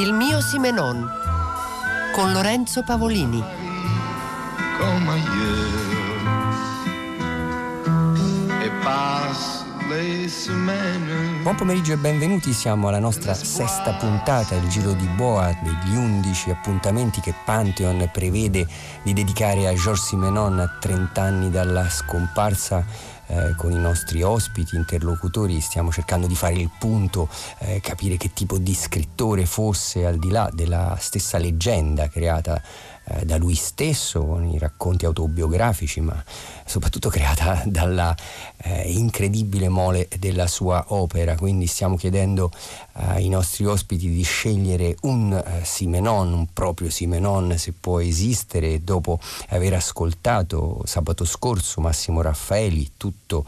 Il mio Simenon con Lorenzo Pavolini. Buon pomeriggio e benvenuti, siamo alla nostra sesta puntata, il giro di boa degli 11 appuntamenti che Pantheon prevede di dedicare a Georges Simenon a 30 anni dalla scomparsa. Con i nostri ospiti, interlocutori, stiamo cercando di fare il punto, capire che tipo di scrittore fosse, al di là della stessa leggenda creata da lui stesso, con i racconti autobiografici, ma soprattutto creata dalla incredibile mole della sua opera. Quindi stiamo chiedendo ai nostri ospiti di scegliere un Simenon, un proprio Simenon, se può esistere. Dopo aver ascoltato sabato scorso Massimo Raffaeli, tutto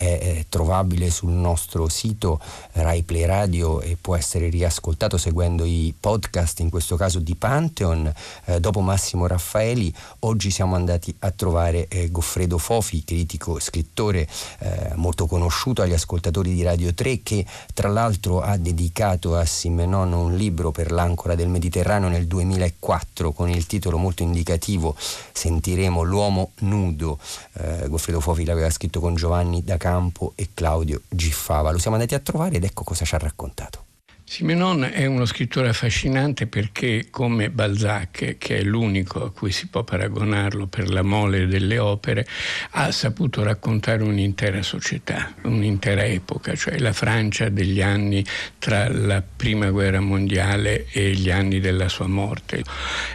è trovabile sul nostro sito Rai Play Radio e può essere riascoltato seguendo i podcast, in questo caso di Pantheon. Dopo Massimo Raffaeli oggi siamo andati a trovare Goffredo Fofi, critico, scrittore molto conosciuto agli ascoltatori di Radio 3, che tra l'altro ha dedicato a Simenon un libro per l'Ancora del Mediterraneo nel 2004 con il titolo molto indicativo Sentiremo l'uomo nudo. Goffredo Fofi l'aveva scritto con Giovanni da Campo e Claudio Giffava. Lo siamo andati a trovare ed ecco cosa ci ha raccontato. Simenon è uno scrittore affascinante perché, come Balzac, che è l'unico a cui si può paragonarlo per la mole delle opere, ha saputo raccontare un'intera società, un'intera epoca, cioè la Francia degli anni tra la Prima Guerra Mondiale e gli anni della sua morte.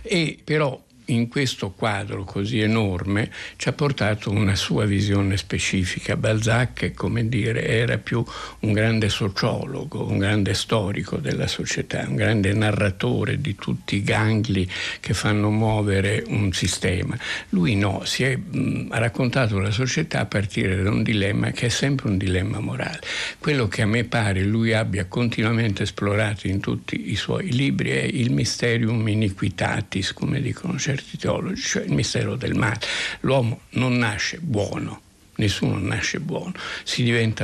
E però in questo quadro così enorme ci ha portato una sua visione specifica. Balzac, come dire, era più un grande sociologo, un grande storico della società, un grande narratore di tutti i gangli che fanno muovere un sistema. Lui no, ha raccontato la società a partire da un dilemma che è sempre un dilemma morale. Quello che a me pare lui abbia continuamente esplorato in tutti i suoi libri è il mysterium iniquitatis, come dicono certi teologi, cioè il mistero del male. L'uomo non nasce buono, nessuno nasce buono, si diventa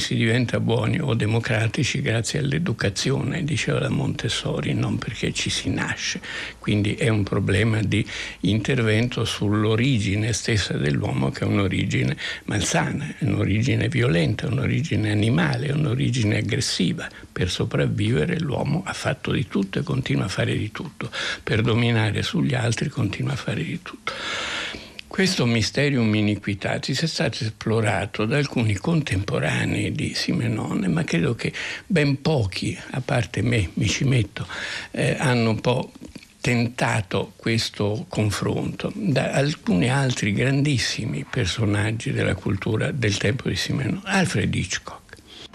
buoni o democratici grazie all'educazione, diceva Montessori, non perché ci si nasce. Quindi è un problema di intervento sull'origine stessa dell'uomo, che è un'origine malsana, è un'origine violenta, è un'origine animale, è un'origine aggressiva. Per sopravvivere l'uomo ha fatto di tutto e continua a fare di tutto, per dominare sugli altri continua a fare di tutto. Questo mysterium iniquitatis è stato esplorato da alcuni contemporanei di Simenon, ma credo che ben pochi, a parte me, mi ci metto, hanno un po' tentato questo confronto. Da alcuni altri grandissimi personaggi della cultura del tempo di Simenon. Alfred Hitchcock.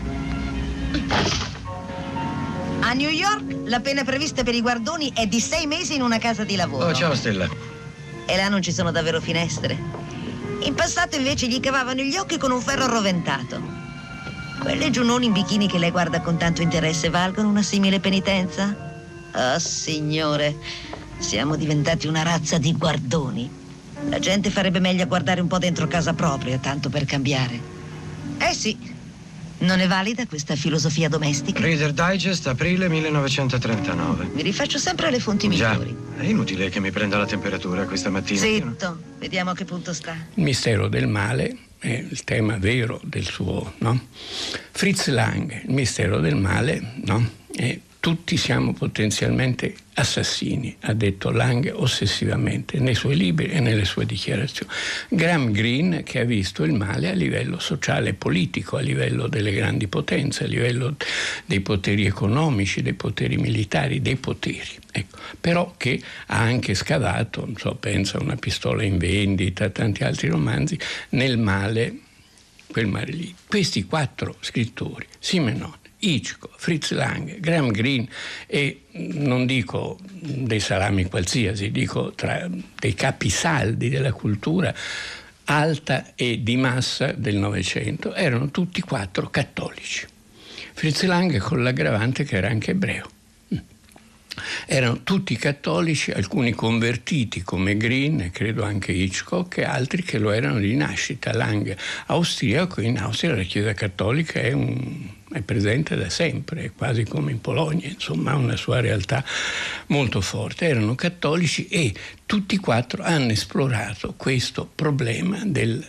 A New York la pena prevista per i guardoni è di 6 mesi in una casa di lavoro. Oh, ciao Stella. E là non ci sono davvero finestre. In passato invece gli cavavano gli occhi con un ferro roventato. Quelle giunone in bikini che lei guarda con tanto interesse valgono una simile penitenza? Oh, signore, siamo diventati una razza di guardoni. La gente farebbe meglio a guardare un po' dentro casa propria, tanto per cambiare. Sì, non è valida questa filosofia domestica? Reader Digest, aprile 1939. Mi rifaccio sempre alle fonti migliori. È inutile che mi prenda la temperatura questa mattina. Zitto, vediamo a che punto sta. Il mistero del male è il tema vero del suo, no? Fritz Lang, il mistero del male, no? Tutti siamo potenzialmente assassini, ha detto Lang ossessivamente nei suoi libri e nelle sue dichiarazioni. Graham Greene, che ha visto il male a livello sociale e politico, a livello delle grandi potenze, a livello dei poteri economici, dei poteri militari, dei poteri. Ecco. Però che ha anche scavato, pensa a Una pistola in vendita, tanti altri romanzi, nel male, quel male lì. Questi 4 scrittori, Simenon, Hitchcock, Fritz Lang, Graham Greene e non dico dei salami qualsiasi, dico tra dei capisaldi della cultura alta e di massa del Novecento, erano tutti 4 cattolici. Fritz Lang con l'aggravante che era anche ebreo. erano tutti cattolici, alcuni convertiti come Green, credo anche Hitchcock, e altri che lo erano di nascita. Lang, austriaco, in Austria la Chiesa cattolica è presente da sempre, quasi come in Polonia, insomma ha una sua realtà molto forte. Erano cattolici e tutti 4 hanno esplorato questo problema del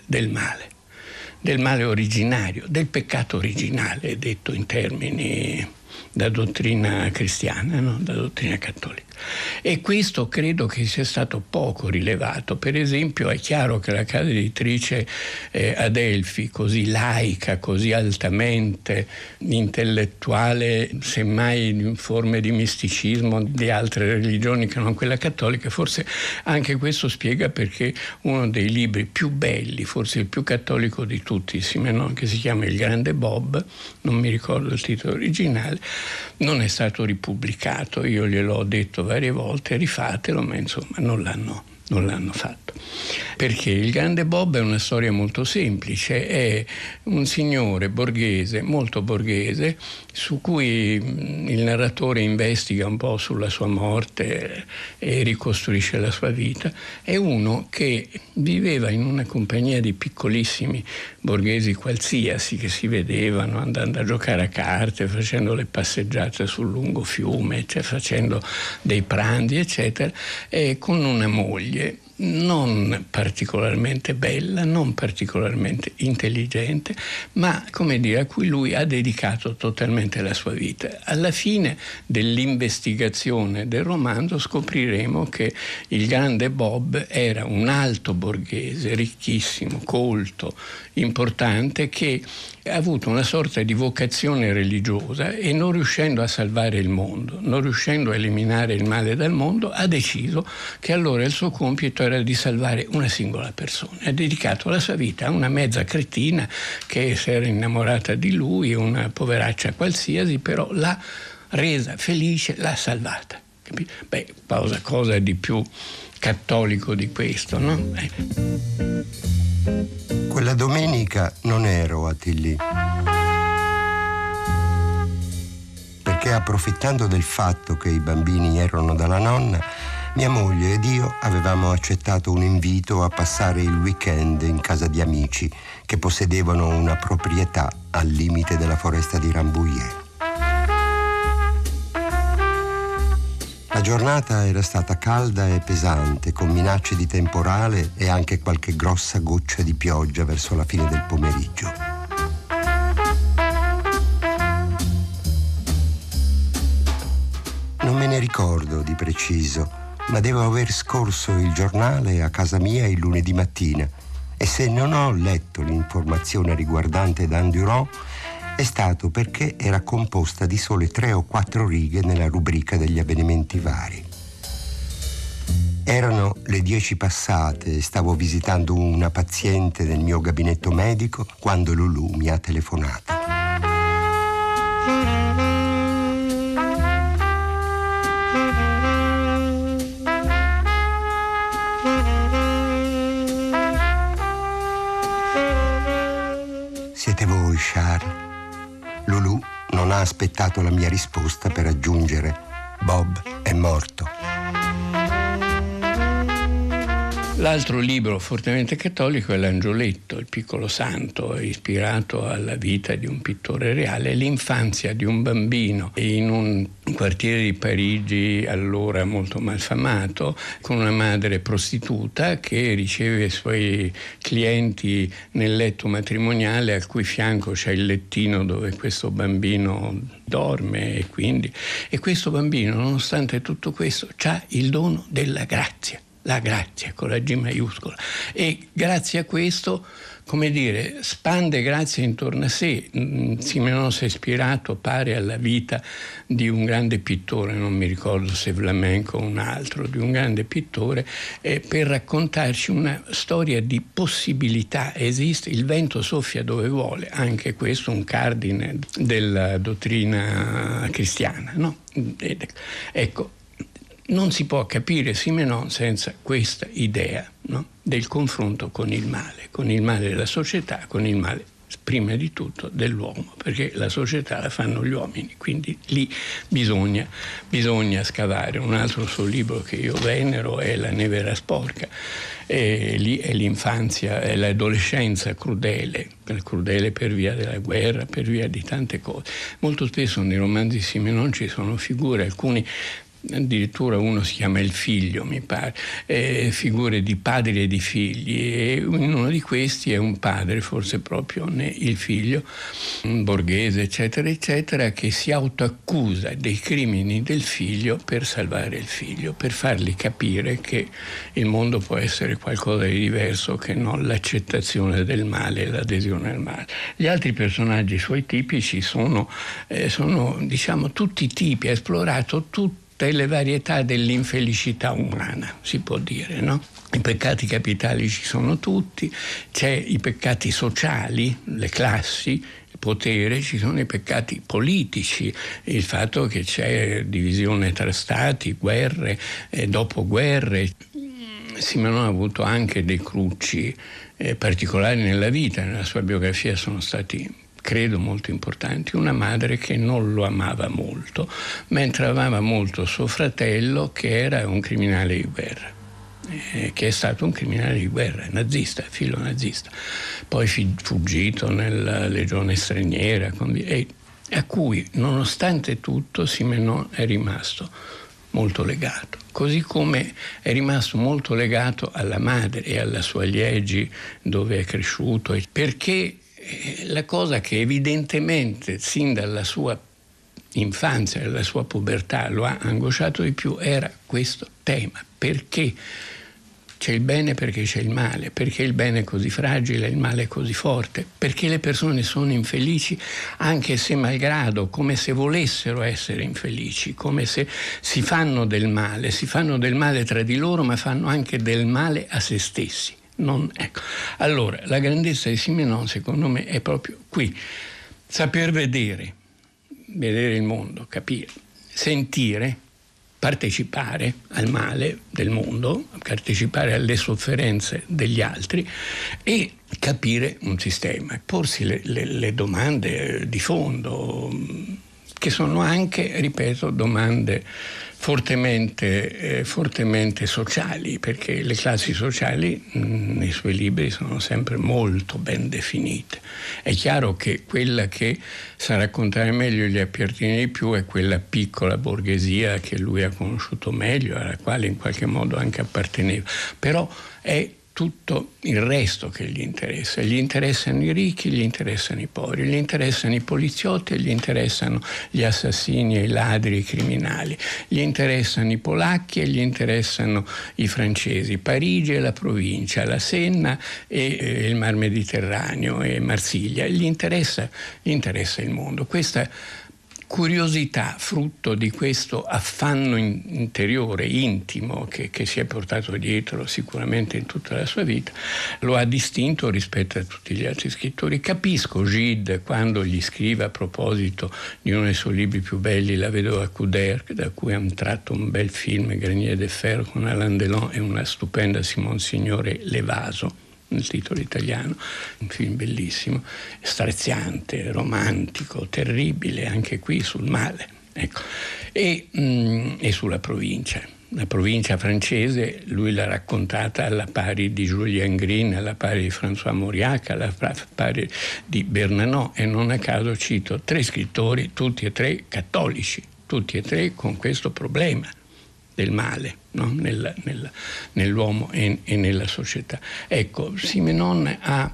male originario, del peccato originale, detto in termini da dottrina cristiana, no? Da dottrina cattolica. E questo credo che sia stato poco rilevato. Per esempio, è chiaro che la casa editrice Adelphi, così laica, così altamente intellettuale, semmai in forme di misticismo di altre religioni che non quella cattolica, forse anche questo spiega perché uno dei libri più belli, forse il più cattolico di tutti, Simenon, che si chiama Il Grande Bob, non mi ricordo il titolo originale, non è stato ripubblicato. Io gliel'ho detto varie volte, rifatelo, ma insomma non l'hanno fatto. Perché Il Grande Bob è una storia molto semplice, è un signore borghese, molto borghese, su cui il narratore investiga un po' sulla sua morte e ricostruisce la sua vita. È uno che viveva in una compagnia di piccolissimi borghesi qualsiasi che si vedevano andando a giocare a carte, facendo le passeggiate sul lungo fiume, cioè facendo dei pranzi, eccetera, e con una moglie non particolarmente bella, non particolarmente intelligente, ma, come dire, a cui lui ha dedicato totalmente la sua vita. Alla fine dell'investigazione del romanzo scopriremo che il Grande Bob era un alto borghese, ricchissimo, colto, importante, che ha avuto una sorta di vocazione religiosa e, non riuscendo a salvare il mondo, non riuscendo a eliminare il male dal mondo, ha deciso che allora il suo compito era di salvare una singola persona. Ha dedicato la sua vita a una mezza cretina che si era innamorata di lui, una poveraccia qualsiasi, però l'ha resa felice, l'ha salvata. Beh, cosa di più cattolico di questo, no? Quella domenica non ero a Tilly, perché, approfittando del fatto che i bambini erano dalla nonna, mia moglie ed io avevamo accettato un invito a passare il weekend in casa di amici che possedevano una proprietà al limite della foresta di Rambouillet. La giornata era stata calda e pesante, con minacce di temporale e anche qualche grossa goccia di pioggia verso la fine del pomeriggio. Non me ne ricordo di preciso, ma devo aver scorso il giornale a casa mia il lunedì mattina, e se non ho letto l'informazione riguardante Dan Durand è stato perché era composta di sole 3 o 4 righe nella rubrica degli avvenimenti vari. Erano le 10 passate e stavo visitando una paziente nel mio gabinetto medico quando Lulu mi ha telefonato. Siete voi, Charles? Lulu non ha aspettato la mia risposta per aggiungere: Bob è morto. L'altro libro fortemente cattolico è L'Angioletto, il piccolo santo, ispirato alla vita di un pittore reale, l'infanzia di un bambino in un quartiere di Parigi allora molto malfamato, con una madre prostituta che riceve i suoi clienti nel letto matrimoniale, al cui fianco c'è il lettino dove questo bambino dorme, e questo bambino, nonostante tutto questo, ha il dono della grazia. La grazia con la G maiuscola, e grazie a questo, come dire, spande grazia intorno a sé. Simenon si è ispirato, pare, alla vita di un grande pittore, non mi ricordo se Flamenco o un altro, di un grande pittore, per raccontarci una storia di possibilità. Esiste, il vento soffia dove vuole, anche questo un cardine della dottrina cristiana, no? Ecco, non si può capire Simenon senza questa idea, no? Del confronto con il male della società, con il male prima di tutto dell'uomo, perché la società la fanno gli uomini, quindi lì bisogna scavare. Un altro suo libro che io venero è La neve era sporca, e lì è l'infanzia, è l'adolescenza crudele per via della guerra, per via di tante cose. Molto spesso nei romanzi di Simenon ci sono figure, alcuni addirittura uno si chiama Il figlio, mi pare, figure di padri e di figli, e uno di questi è un padre, forse proprio il figlio, un borghese eccetera eccetera, che si autoaccusa dei crimini del figlio per salvare il figlio, per fargli capire che il mondo può essere qualcosa di diverso che non l'accettazione del male e l'adesione al male. Gli altri personaggi suoi tipici sono diciamo tutti i tipi, ha esplorato tutte le varietà dell'infelicità umana, si può dire, no? I peccati capitali ci sono tutti, c'è i peccati sociali, le classi, il potere, ci sono i peccati politici, il fatto che c'è divisione tra stati, guerre, dopoguerre. Simenon ha avuto anche dei crucci particolari nella vita, nella sua biografia sono stati, credo, molto importanti. Una madre che non lo amava molto, mentre amava molto suo fratello, che era un criminale di guerra, che è stato un criminale di guerra, nazista, filo nazista, poi fuggito nella legione straniera, e a cui, nonostante tutto, Simenon è rimasto molto legato, così come è rimasto molto legato alla madre e alla sua Liegi, dove è cresciuto, perché la cosa che evidentemente sin dalla sua infanzia, dalla sua pubertà lo ha angosciato di più era questo tema: perché c'è il bene, perché c'è il male, perché il bene è così fragile e il male è così forte, perché le persone sono infelici anche se malgrado, come se volessero essere infelici, come se si fanno del male tra di loro, ma fanno anche del male a se stessi. Ecco. Allora, la grandezza di Simenon, secondo me, è proprio qui: saper vedere il mondo, capire, sentire, partecipare al male del mondo, partecipare alle sofferenze degli altri e capire un sistema, porsi le domande di fondo, che sono anche, ripeto, domande fortemente sociali, perché le classi sociali nei suoi libri sono sempre molto ben definite. È chiaro che quella che sa raccontare meglio gli appartiene di più è quella piccola borghesia che lui ha conosciuto meglio, alla quale in qualche modo anche apparteneva, però è tutto il resto che gli interessa. Gli interessano i ricchi, gli interessano i poveri, gli interessano i poliziotti, gli interessano gli assassini, i ladri, i criminali, gli interessano i polacchi e gli interessano i francesi, Parigi e la provincia, la Senna e il Mar Mediterraneo e Marsiglia. Gli interessa il mondo. Questa curiosità, frutto di questo affanno interiore, intimo, che si è portato dietro sicuramente in tutta la sua vita, lo ha distinto rispetto a tutti gli altri scrittori. Capisco Gide quando gli scrive a proposito di uno dei suoi libri più belli, La vedova Couder, da cui hanno tratto un bel film, Grenier de Fer, con Alain Delon e una stupenda Simone Signore, L'Evaso, nel titolo italiano, un film bellissimo, straziante, romantico, terribile, anche qui sul male, ecco. E sulla provincia. La provincia francese lui l'ha raccontata alla pari di Julien Green, alla pari di François Mauriac, alla pari di Bernanos, e non a caso cito 3 scrittori, tutti e 3 cattolici, tutti e 3 con questo problema del male, no? Nell'uomo e nella società. Ecco, Simenon ha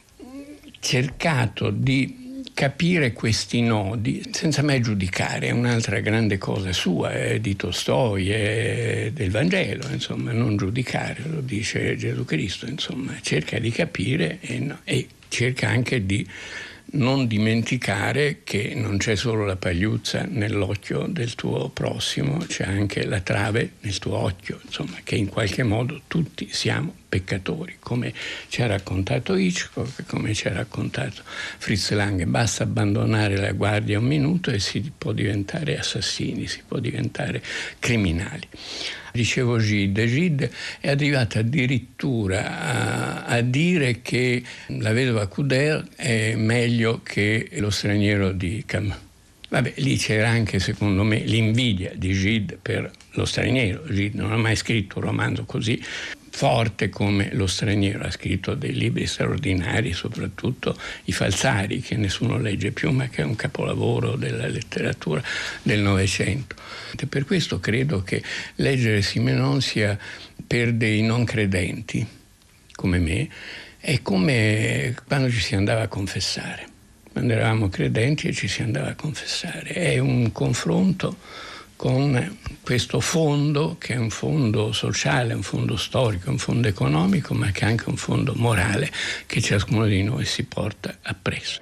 cercato di capire questi nodi senza mai giudicare. È un'altra grande cosa sua, è di Tolstoi, è del Vangelo, insomma, non giudicare, lo dice Gesù Cristo, insomma, cerca di capire e cerca anche di non dimenticare che non c'è solo la pagliuzza nell'occhio del tuo prossimo, c'è anche la trave nel tuo occhio, insomma, che in qualche modo tutti siamo peccatori, come ci ha raccontato Hitchcock, come ci ha raccontato Fritz Lang. Basta abbandonare la guardia un minuto e si può diventare assassini, si può diventare criminali. Dicevo Gide è arrivata addirittura a dire che La vedova Couder è meglio che Lo straniero di Camus. Vabbè, lì c'era anche, secondo me, l'invidia di Gide per Lo straniero. Gide non ha mai scritto un romanzo così forte come Lo straniero, ha scritto dei libri straordinari, soprattutto I falsari, che nessuno legge più, ma che è un capolavoro della letteratura del Novecento. Per questo credo che leggere Simenon sia per dei non credenti, come me, è come quando ci si andava a confessare. Quando eravamo credenti e ci si andava a confessare. È un confronto con questo fondo, che è un fondo sociale, un fondo storico, un fondo economico, ma che è anche un fondo morale che ciascuno di noi si porta appresso.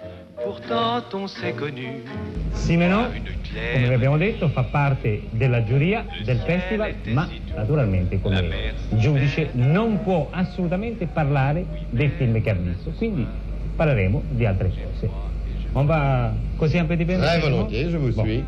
Simenon, come vi abbiamo detto, fa parte della giuria del festival, ma naturalmente come giudice non può assolutamente parlare dei film che ha visto, quindi parleremo di altre cose. On va così un petit peu? Très volontiers, je vous suis.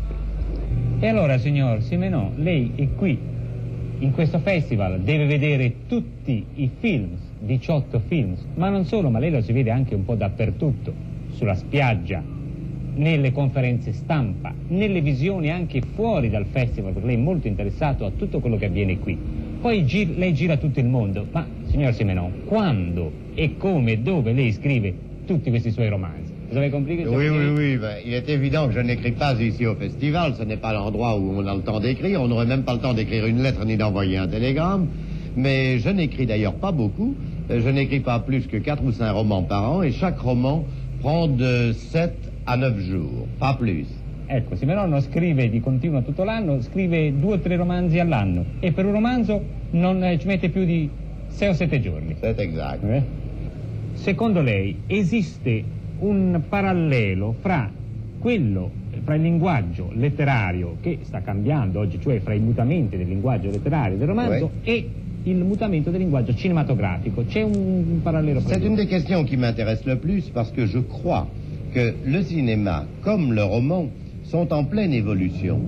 E allora, signor Simenon, lei è qui, in questo festival, deve vedere tutti i film, 18 film, ma non solo, ma lei lo si vede anche un po' dappertutto, sulla spiaggia, nelle conferenze stampa, nelle visioni anche fuori dal festival, perché lei è molto interessato a tutto quello che avviene qui. Poi lei gira tutto il mondo, ma, signor Simenon, quando e come e dove lei scrive tutti questi suoi romanzi? Vous avez compris que Oui. Ben, il est évident que je n'écris pas ici au festival. Ce n'est pas l'endroit où on a le temps d'écrire. On n'aurait même pas le temps d'écrire une lettre ni d'envoyer un télégramme. Mais je n'écris d'ailleurs pas beaucoup. Je n'écris pas plus que 4 ou 5 romans par an. Et chaque roman prend de 7 à 9 jours. Pas plus. Ecco, Simenon non scrive di continuo tutto l'anno, scrive 2 o 3 romanzi all'anno. E per un romanzo non ci mette più di 6 o 7 giorni. C'est exact. Secondo lei esiste un parallelo fra il linguaggio letterario che sta cambiando oggi, cioè fra i mutamenti del linguaggio letterario del romanzo e il mutamento del linguaggio cinematografico? C'è un parallelo? C'est une des questions qui m'intéresse le plus parce que je crois que le cinéma comme le roman sont en pleine évolution.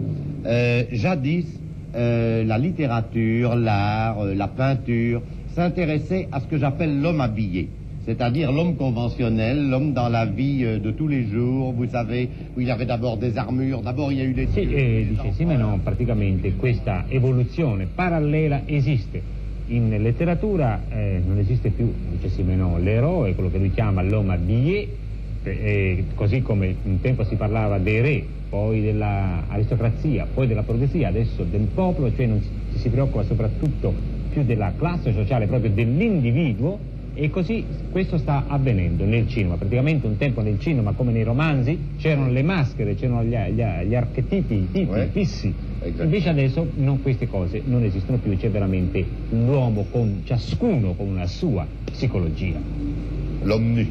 Jadis, la littérature, l'art, la peinture s'intéressaient à ce que j'appelle l'homme habillé. C'est-à-dire l'homme conventionnel, l'homme dans la vie de tous les jours, vous savez, où il avait d'abord des armures, d'abord il y a eu des... Sì, dice Simenon, praticamente questa evoluzione parallela esiste. In letteratura non esiste più, dice Simenon, l'eroe, quello che lui chiama l'homme habillé, così come un tempo si parlava dei re, poi dell'aristocrazia, poi della borghesia, adesso del popolo, cioè non si preoccupa soprattutto più della classe sociale, proprio dell'individuo. E così questo sta avvenendo nel cinema. Praticamente un tempo nel cinema, come nei romanzi, c'erano le maschere, c'erano gli archetipi, i tipi fissi. Invece adesso queste cose non esistono più, c'è veramente l'uomo ciascuno con una sua psicologia. L'homme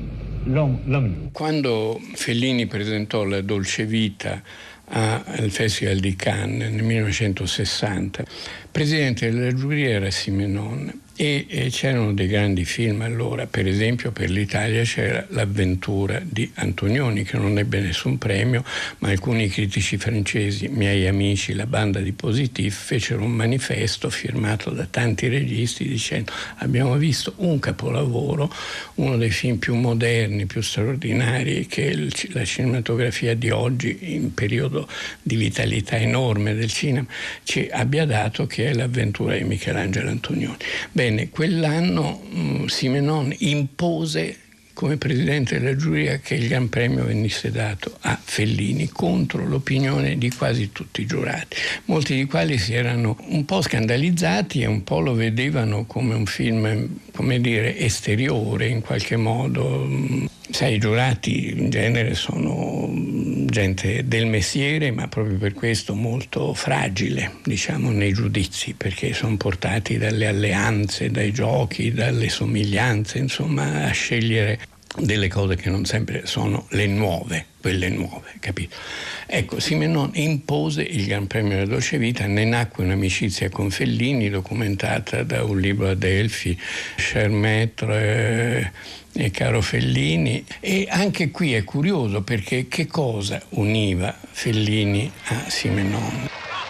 nu. Quando Fellini presentò La dolce vita al Festival di Cannes nel 1960, presidente della giuria era Simenon. E c'erano dei grandi film allora, per esempio per l'Italia c'era L'avventura di Antonioni, che non ebbe nessun premio, ma alcuni critici francesi, miei amici, la banda di Positif, fecero un manifesto firmato da tanti registi dicendo: abbiamo visto un capolavoro, uno dei film più moderni, più straordinari che la cinematografia di oggi, in periodo di vitalità enorme del cinema, ci abbia dato, che è L'avventura di Michelangelo Antonioni. Bene, quell'anno Simenon impose come presidente della giuria che il Gran Premio venisse dato a Fellini contro l'opinione di quasi tutti i giurati, molti di quali si erano un po' scandalizzati e un po' lo vedevano come un film, come dire, esteriore in qualche modo. Sai, i giurati in genere sono gente del mestiere, ma proprio per questo molto fragile, diciamo, nei giudizi, perché sono portati dalle alleanze, dai giochi, dalle somiglianze, insomma, a scegliere delle cose che non sempre sono quelle nuove, capito? Ecco, Simenon impose il Gran Premio della Dolce Vita, ne nacque un'amicizia con Fellini documentata da un libro a Delphi, Cher Maître e Caro Fellini, e anche qui è curioso perché che cosa univa Fellini a Simenon?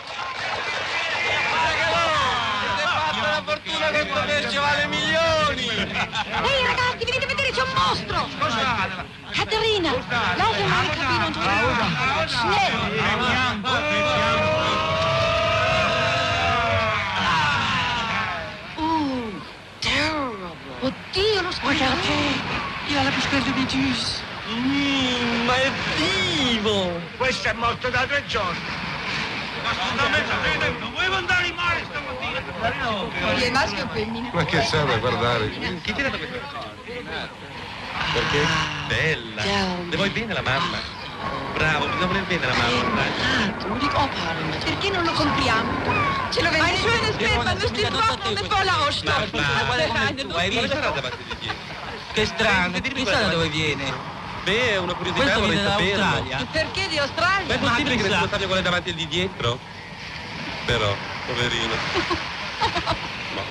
Ehi ragazzi, venite a vedere, c'è un mostro! Caterina, lass uns meine Kabine und schnell! Terrible! Oddio, lo sguardo! Il ha la pistola di Méduse! Ma è vivo! Questo è morto da 3 giorni! Non vuoi andare in mare stamattina? Chi è maschio o femmina? Ma che serve a guardare? Chi ti ha dato questa? Perché? Bella! Le vuoi bene la mamma? Bravo, bisogna voler bene la mamma. Perché non lo compriamo? Ce lo vendiamo? Eine schöne Sperma, müsst ihr trocken und voller Ausstoff. Come sarà davanti di dietro? Che strano, chissà da dove viene. Beh, è una curiosità, vorrei saperlo. Perché di Australia? Ma è possibile che nessuno sappia qual è davanti e di dietro? Però, poverino. No.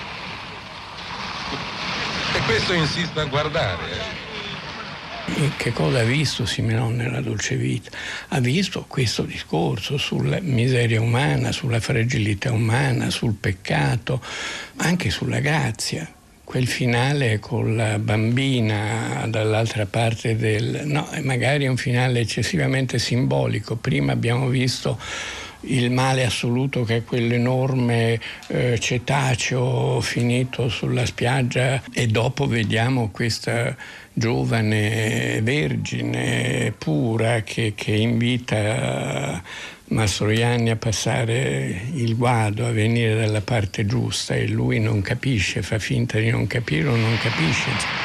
E questo insiste a guardare. E che cosa ha visto Simenon nella Dolce Vita? Ha visto questo discorso sulla miseria umana, sulla fragilità umana, sul peccato, anche sulla grazia. Quel finale con la bambina dall'altra parte magari è un finale eccessivamente simbolico. Prima abbiamo visto il male assoluto, che è quell'enorme cetaceo finito sulla spiaggia, e dopo vediamo questa giovane vergine pura che invita Mastroianni a passare il guado, a venire dalla parte giusta, e lui non capisce, fa finta di non capire o non capisce.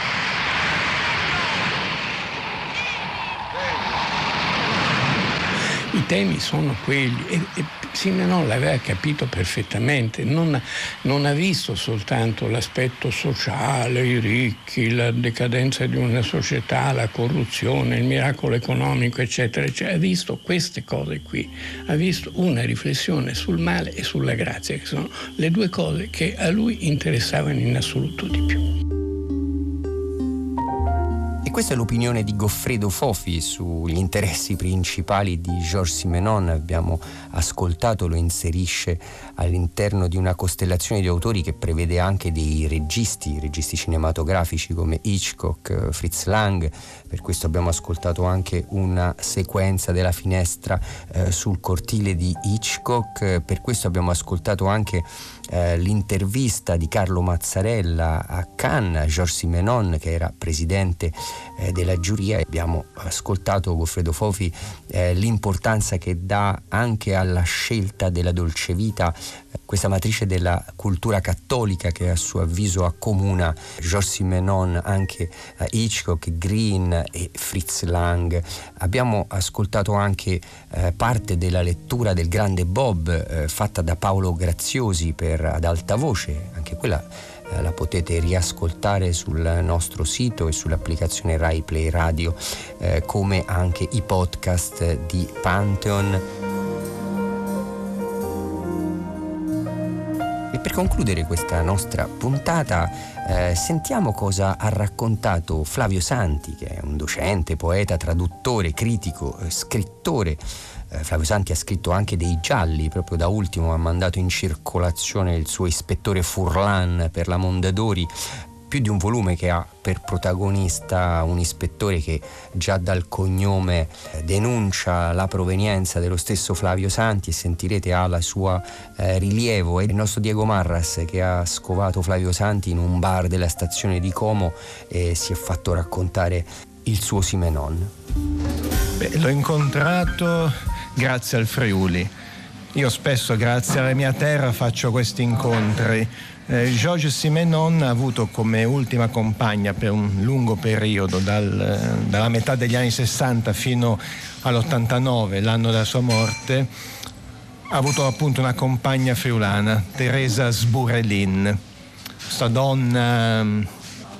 I temi sono quelli e Simenon l'aveva capito perfettamente, non ha visto soltanto l'aspetto sociale, i ricchi, la decadenza di una società, la corruzione, il miracolo economico, eccetera, ha visto queste cose qui, ha visto una riflessione sul male e sulla grazia, che sono le due cose che a lui interessavano in assoluto di più. Questa è l'opinione di Goffredo Fofi sugli interessi principali di Georges Simenon. Abbiamo ascoltato, lo inserisce all'interno di una costellazione di autori che prevede anche dei registi cinematografici come Hitchcock, Fritz Lang. Per questo abbiamo ascoltato anche una sequenza della Finestra sul cortile di Hitchcock. Per questo abbiamo ascoltato anche l'intervista di Carlo Mazzarella a Cannes a Georges Simenon, che era presidente della giuria. Abbiamo ascoltato Goffredo Fofi l'importanza che dà anche alla scelta della Dolce Vita, questa matrice della cultura cattolica che a suo avviso accomuna Georges Simenon anche a Hitchcock, Green e Fritz Lang. Abbiamo ascoltato anche parte della lettura del Grande Bob fatta da Paolo Graziosi ad alta voce, anche quella la potete riascoltare sul nostro sito e sull'applicazione Rai Play Radio, come anche i podcast di Pantheon. E per concludere questa nostra puntata sentiamo cosa ha raccontato Flavio Santi, che è un docente, poeta, traduttore, critico, scrittore. Flavio Santi ha scritto anche dei gialli, proprio da ultimo ha mandato in circolazione il suo Ispettore Furlan per la Mondadori, più di un volume che ha per protagonista un ispettore che già dal cognome denuncia la provenienza dello stesso Flavio Santi, e sentirete ha la sua rilievo. È il nostro Diego Marras che ha scovato Flavio Santi in un bar della stazione di Como e si è fatto raccontare il suo Simenon. L'ho incontrato grazie al Friuli. Io spesso, grazie alla mia terra, faccio questi incontri. Georges Simenon ha avuto come ultima compagna per un lungo periodo, dalla metà degli anni 60 fino all'89, l'anno della sua morte, ha avuto appunto una compagna friulana, Teresa Sburelin. Questa donna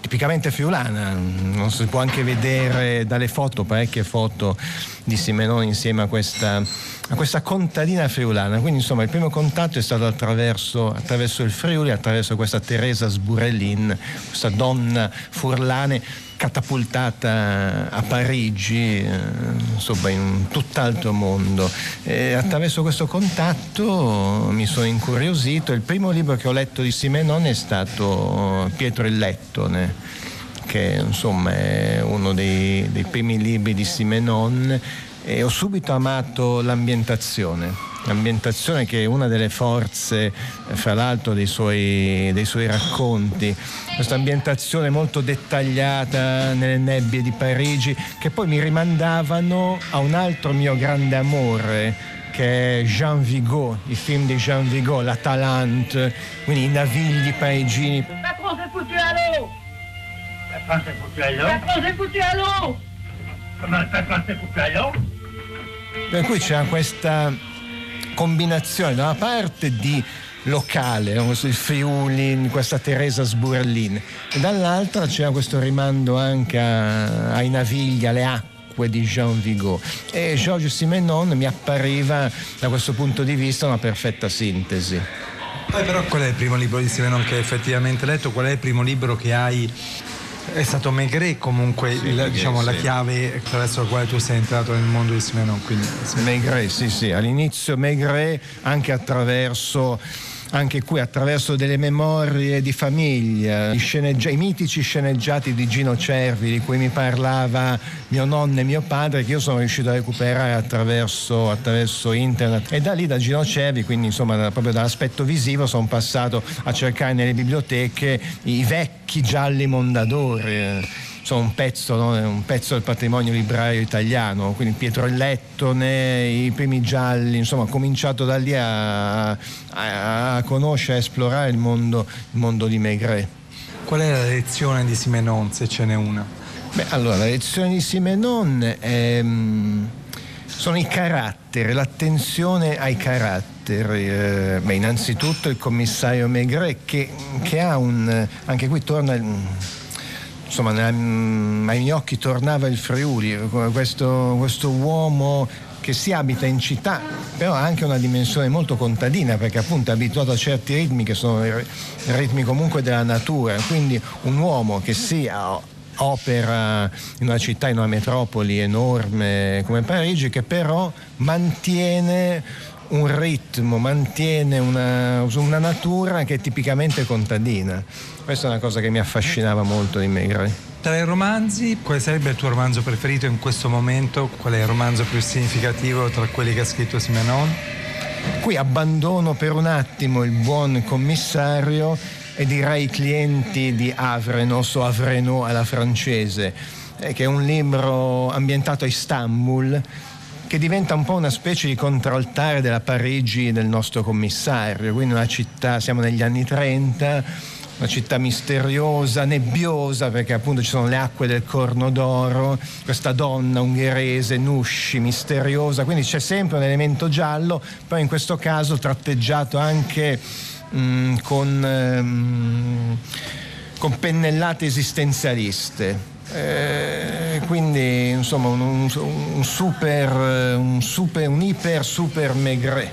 tipicamente friulana, non si può anche vedere dalle foto, parecchie foto di Simenon insieme a questa contadina friulana. Quindi insomma il primo contatto è stato attraverso il Friuli, attraverso questa Teresa Sburellin, questa donna furlane catapultata a Parigi, insomma in un tutt'altro mondo. E attraverso questo contatto mi sono incuriosito. Il primo libro che ho letto di Simenon è stato Pietro il Lettone, che insomma è uno dei primi libri di Simenon, e ho subito amato l'ambientazione che è una delle forze, fra l'altro, dei suoi racconti. Questa ambientazione molto dettagliata nelle nebbie di Parigi, che poi mi rimandavano a un altro mio grande amore, che è Jean Vigo, i film di Jean Vigo, La Talente, quindi i navigli parigini. Patron s'est foutu à l'eau. Patron s'est foutu à l'eau. Patron s'est foutu à l'eau. Comment le patron s'est foutu à l'eau? Per cui c'era questa combinazione da una parte di locale, il Friuli, questa Teresa Sburellin, e dall'altra c'era questo rimando anche ai navigli, alle acque di Jean Vigo, e Georges Simenon mi appariva da questo punto di vista una perfetta sintesi. Poi però qual è il primo libro di Simenon che hai effettivamente letto? Qual è il primo libro che hai? È stato Maigret comunque, sì, la chiave attraverso la quale tu sei entrato nel mondo di Simenon. Quindi, sì. Maigret, sì, all'inizio Maigret, attraverso delle memorie di famiglia, i mitici sceneggiati di Gino Cervi di cui mi parlava mio nonno e mio padre, che io sono riuscito a recuperare attraverso internet, e da Gino Cervi, quindi insomma proprio dall'aspetto visivo, sono passato a cercare nelle biblioteche i vecchi gialli Mondadori. Sono un pezzo del patrimonio librario italiano, quindi Pietro il Lettone, i primi gialli, insomma ho cominciato da lì a conoscere, a esplorare il mondo di Maigret. Qual è la lezione di Simenon, se ce n'è una? Allora, la lezione di Simenon sono i caratteri, l'attenzione ai caratteri. Innanzitutto il commissario Maigret che ha anche qui torna... Insomma, ai miei occhi tornava il Friuli, questo uomo che si abita in città, però ha anche una dimensione molto contadina, perché appunto è abituato a certi ritmi che sono i ritmi comunque della natura. Quindi un uomo che opera in una città, in una metropoli enorme come Parigi, che però mantiene un ritmo, mantiene una natura che è tipicamente contadina. Questa è una cosa che mi affascinava molto di Maigret. Tra i romanzi, quale sarebbe il tuo romanzo preferito in questo momento? Qual è il romanzo più significativo tra quelli che ha scritto Simenon? Qui abbandono per un attimo Il buon commissario e direi I clienti di Avrenos o Avrenaud alla francese, che è un libro ambientato a Istanbul, che diventa un po' una specie di contraltare della Parigi del nostro commissario. Quindi una città, siamo negli anni 30, una città misteriosa, nebbiosa, perché appunto ci sono le acque del Corno d'Oro, questa donna ungherese, Nusci, misteriosa, quindi c'è sempre un elemento giallo, però in questo caso tratteggiato anche con pennellate esistenzialiste. Quindi insomma un iper super Maigret.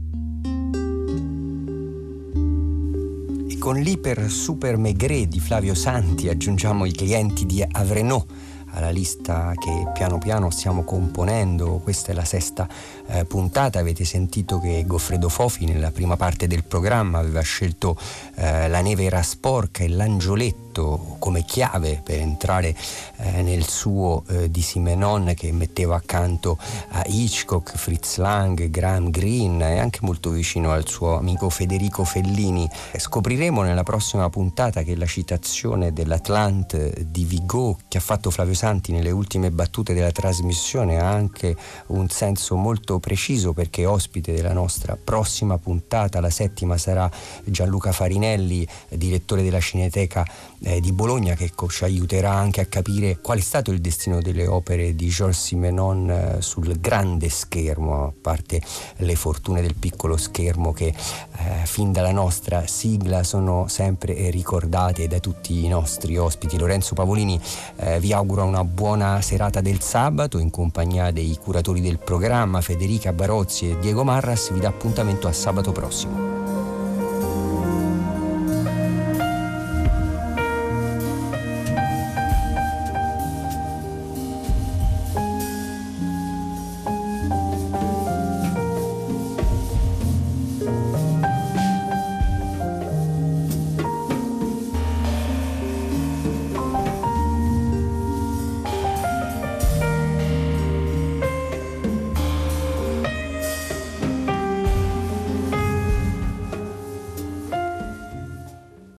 E con l'iper super Maigret di Flavio Santi aggiungiamo I clienti di Avrenaud alla lista che piano piano stiamo componendo. Questa è la sesta puntata. Avete sentito che Goffredo Fofi nella prima parte del programma aveva scelto La neve era sporca e l'angioletto come chiave per entrare nel suo di Simenon, che metteva accanto a Hitchcock, Fritz Lang, Graham Greene e anche molto vicino al suo amico Federico Fellini. Scopriremo nella prossima puntata che la citazione dell'Atlante di Vigo che ha fatto Flavio Santi nelle ultime battute della trasmissione ha anche un senso molto preciso, perché ospite della nostra prossima puntata, la 7ª, sarà Gianluca Farinelli, direttore della Cineteca di Bologna, che ci aiuterà anche a capire qual è stato il destino delle opere di Georges Simenon sul grande schermo, a parte le fortune del piccolo schermo che fin dalla nostra sigla sono sempre ricordate da tutti i nostri ospiti. Lorenzo Pavolini vi augura una buona serata del sabato in compagnia dei curatori del programma Federica Barozzi e Diego Marras. Vi dà appuntamento a sabato prossimo.